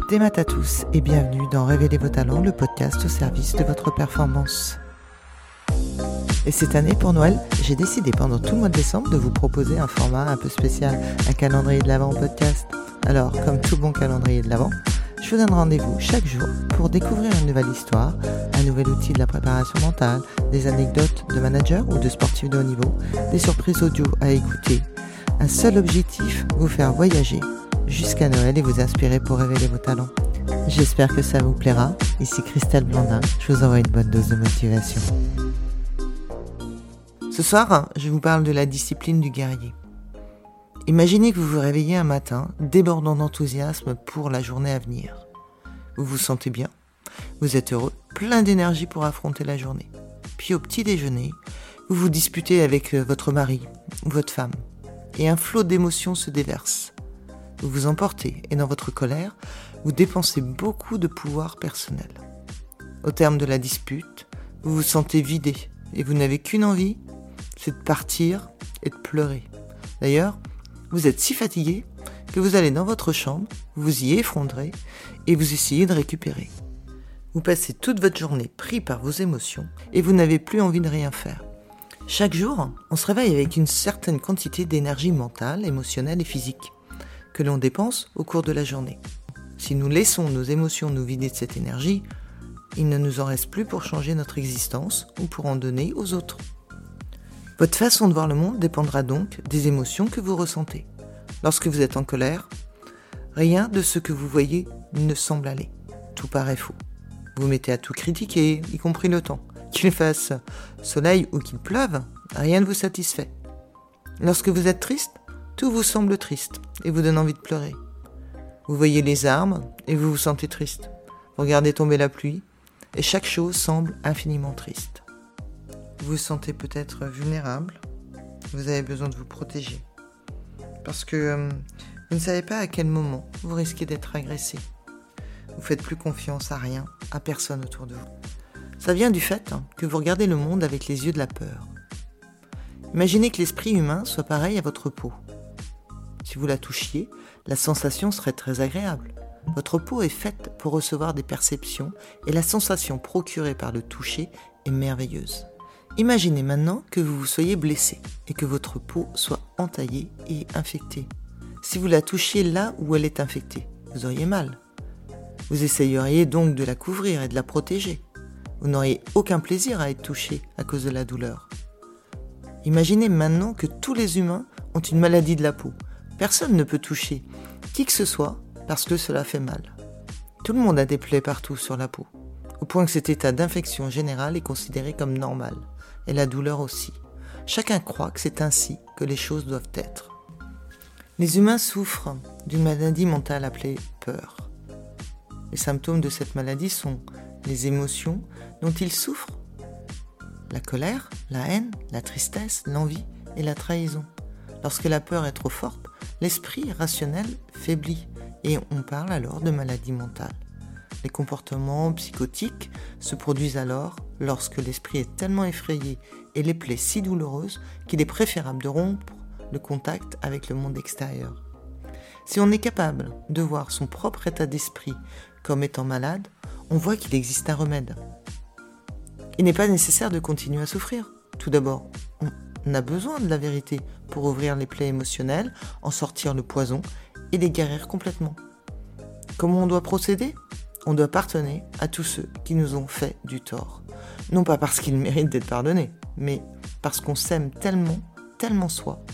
Des maths à tous et bienvenue dans Révéler vos talents, le podcast au service de votre performance. Et cette année, pour Noël, j'ai décidé pendant tout le mois de décembre de vous proposer un format un peu spécial, un calendrier de l'Avent podcast. Alors, comme tout bon calendrier de l'Avent, je vous donne rendez-vous chaque jour pour découvrir une nouvelle histoire, un nouvel outil de la préparation mentale, des anecdotes de managers ou de sportifs de haut niveau, des surprises audio à écouter. Un seul objectif, vous faire voyager jusqu'à Noël et vous inspirer pour révéler vos talents. J'espère que ça vous plaira. Ici Christelle Blandin, je vous envoie une bonne dose de motivation. Ce soir, je vous parle de la discipline du guerrier. Imaginez que vous vous réveillez un matin, débordant d'enthousiasme pour la journée à venir. Vous vous sentez bien, vous êtes heureux, plein d'énergie pour affronter la journée. Puis au petit déjeuner, vous vous disputez avec votre mari ou votre femme, et un flot d'émotions se déverse. Vous vous emportez, et dans votre colère, vous dépensez beaucoup de pouvoir personnel. Au terme de la dispute, vous vous sentez vidé, et vous n'avez qu'une envie, c'est de partir et de pleurer. D'ailleurs, vous êtes si fatigué que vous allez dans votre chambre, vous y effondrez et vous essayez de récupérer. Vous passez toute votre journée pris par vos émotions et vous n'avez plus envie de rien faire. Chaque jour, on se réveille avec une certaine quantité d'énergie mentale, émotionnelle et physique que l'on dépense au cours de la journée. Si nous laissons nos émotions nous vider de cette énergie, il ne nous en reste plus pour changer notre existence ou pour en donner aux autres. Votre façon de voir le monde dépendra donc des émotions que vous ressentez. Lorsque vous êtes en colère, rien de ce que vous voyez ne semble aller. Tout paraît faux. Vous mettez à tout critiquer, y compris le temps. Qu'il fasse soleil ou qu'il pleuve, rien ne vous satisfait. Lorsque vous êtes triste, tout vous semble triste et vous donne envie de pleurer. Vous voyez les arbres et vous vous sentez triste. Vous regardez tomber la pluie et chaque chose semble infiniment triste. Vous vous sentez peut-être vulnérable, vous avez besoin de vous protéger. Parce que vous ne savez pas à quel moment vous risquez d'être agressé. Vous ne faites plus confiance à rien, à personne autour de vous. Ça vient du fait que vous regardez le monde avec les yeux de la peur. Imaginez que l'esprit humain soit pareil à votre peau. Si vous la touchiez, la sensation serait très agréable. Votre peau est faite pour recevoir des perceptions et la sensation procurée par le toucher est merveilleuse. Imaginez maintenant que vous vous soyez blessé et que votre peau soit entaillée et infectée. Si vous la touchiez là où elle est infectée, vous auriez mal. Vous essayeriez donc de la couvrir et de la protéger. Vous n'auriez aucun plaisir à être touché à cause de la douleur. Imaginez maintenant que tous les humains ont une maladie de la peau. Personne ne peut toucher qui que ce soit parce que cela fait mal. Tout le monde a des plaies partout sur la peau, au point que cet état d'infection générale est considéré comme normal. Et la douleur aussi. Chacun croit que c'est ainsi que les choses doivent être. Les humains souffrent d'une maladie mentale appelée peur. Les symptômes de cette maladie sont les émotions dont ils souffrent. La colère, la haine, la tristesse, l'envie et la trahison. Lorsque la peur est trop forte, l'esprit rationnel faiblit et on parle alors de maladie mentale. Les comportements psychotiques se produisent alors lorsque l'esprit est tellement effrayé et les plaies si douloureuses qu'il est préférable de rompre le contact avec le monde extérieur. Si on est capable de voir son propre état d'esprit comme étant malade, on voit qu'il existe un remède. Il n'est pas nécessaire de continuer à souffrir. Tout d'abord, on a besoin de la vérité pour ouvrir les plaies émotionnelles, en sortir le poison et les guérir complètement. Comment on doit procéder ? On doit pardonner à tous ceux qui nous ont fait du tort. Non pas parce qu'ils méritent d'être pardonnés, mais parce qu'on s'aime tellement, tellement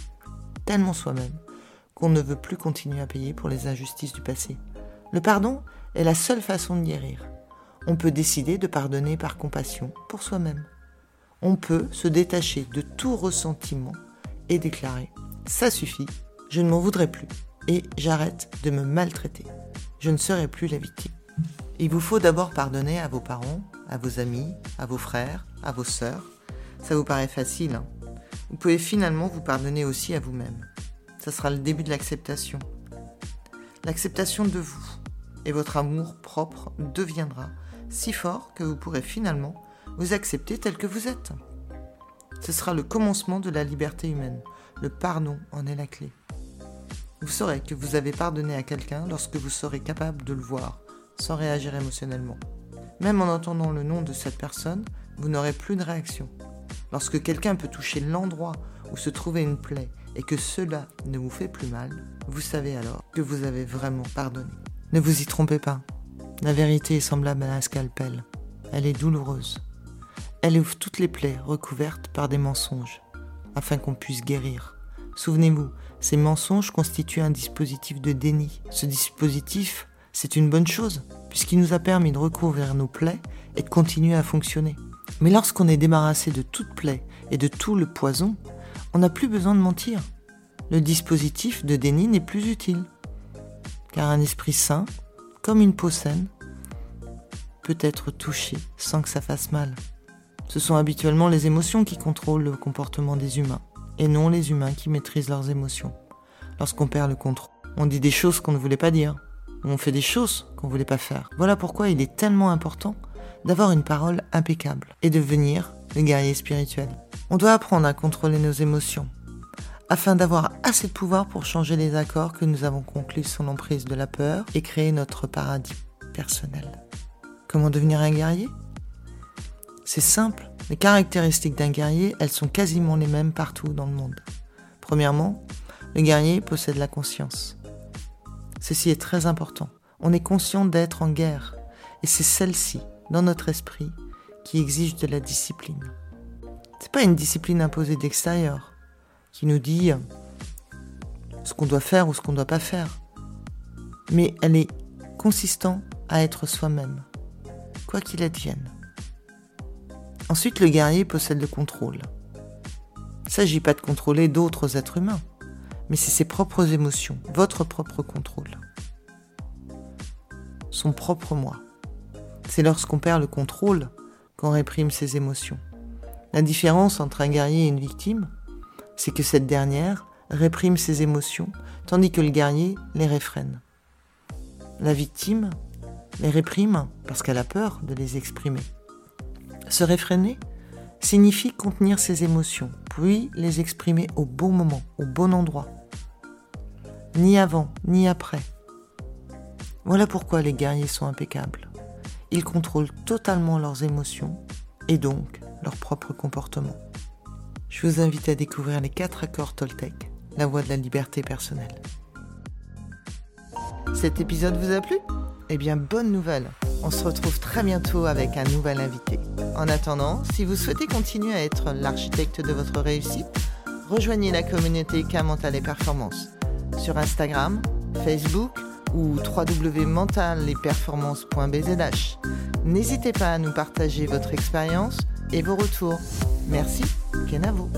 soi-même, qu'on ne veut plus continuer à payer pour les injustices du passé. Le pardon est la seule façon de guérir. On peut décider de pardonner par compassion pour soi-même. On peut se détacher de tout ressentiment et déclarer « ça suffit, je ne m'en voudrais plus et j'arrête de me maltraiter. Je ne serai plus la victime. » Il vous faut d'abord pardonner à vos parents, à vos amis, à vos frères, à vos sœurs. Ça vous paraît facile, hein ? Vous pouvez finalement vous pardonner aussi à vous-même. Ça sera le début de l'acceptation. L'acceptation de vous et votre amour propre deviendra si fort que vous pourrez finalement vous accepter tel que vous êtes. Ce sera le commencement de la liberté humaine. Le pardon en est la clé. Vous saurez que vous avez pardonné à quelqu'un lorsque vous serez capable de le voir, sans réagir émotionnellement. Même en entendant le nom de cette personne, vous n'aurez plus de réaction. Lorsque quelqu'un peut toucher l'endroit où se trouvait une plaie et que cela ne vous fait plus mal, vous savez alors que vous avez vraiment pardonné. Ne vous y trompez pas. La vérité est semblable à un scalpel. Elle est douloureuse. Elle ouvre toutes les plaies recouvertes par des mensonges, afin qu'on puisse guérir. Souvenez-vous, ces mensonges constituent un dispositif de déni. Ce dispositif, c'est une bonne chose, puisqu'il nous a permis de recouvrir nos plaies et de continuer à fonctionner. Mais lorsqu'on est débarrassé de toute plaie et de tout le poison, on n'a plus besoin de mentir. Le dispositif de déni n'est plus utile. Car un esprit sain, comme une peau saine, peut être touché sans que ça fasse mal. Ce sont habituellement les émotions qui contrôlent le comportement des humains, et non les humains qui maîtrisent leurs émotions. Lorsqu'on perd le contrôle, on dit des choses qu'on ne voulait pas dire, ou on fait des choses qu'on ne voulait pas faire. Voilà pourquoi il est tellement important d'avoir une parole impeccable et de devenir le guerrier spirituel. On doit apprendre à contrôler nos émotions, afin d'avoir assez de pouvoir pour changer les accords que nous avons conclus sous l'emprise de la peur et créer notre paradis personnel. Comment devenir un guerrier ? C'est simple, les caractéristiques d'un guerrier, elles sont quasiment les mêmes partout dans le monde. Premièrement, le guerrier possède la conscience. Ceci est très important. On est conscient d'être en guerre, et c'est celle-ci, dans notre esprit, qui exige de la discipline. C'est pas une discipline imposée d'extérieur, qui nous dit ce qu'on doit faire ou ce qu'on ne doit pas faire, mais elle est consistant à être soi-même, quoi qu'il advienne. Ensuite, le guerrier possède le contrôle. Il ne s'agit pas de contrôler d'autres êtres humains, mais c'est ses propres émotions, votre propre contrôle. Son propre moi. C'est lorsqu'on perd le contrôle qu'on réprime ses émotions. La différence entre un guerrier et une victime, c'est que cette dernière réprime ses émotions, tandis que le guerrier les réfrène. La victime les réprime parce qu'elle a peur de les exprimer. Se réfréner signifie contenir ses émotions, puis les exprimer au bon moment, au bon endroit. Ni avant, ni après. Voilà pourquoi les guerriers sont impeccables. Ils contrôlent totalement leurs émotions et donc leur propre comportement. Je vous invite à découvrir les 4 accords Toltec, la voie de la liberté personnelle. Cet épisode vous a plu ? Eh bien, bonne nouvelle, on se retrouve très bientôt avec un nouvel invité. En attendant, si vous souhaitez continuer à être l'architecte de votre réussite, rejoignez la communauté K Mental et Performance sur Instagram, Facebook ou www.mentalesperformances.bzh. N'hésitez pas à nous partager votre expérience et vos retours. Merci, Kenavo.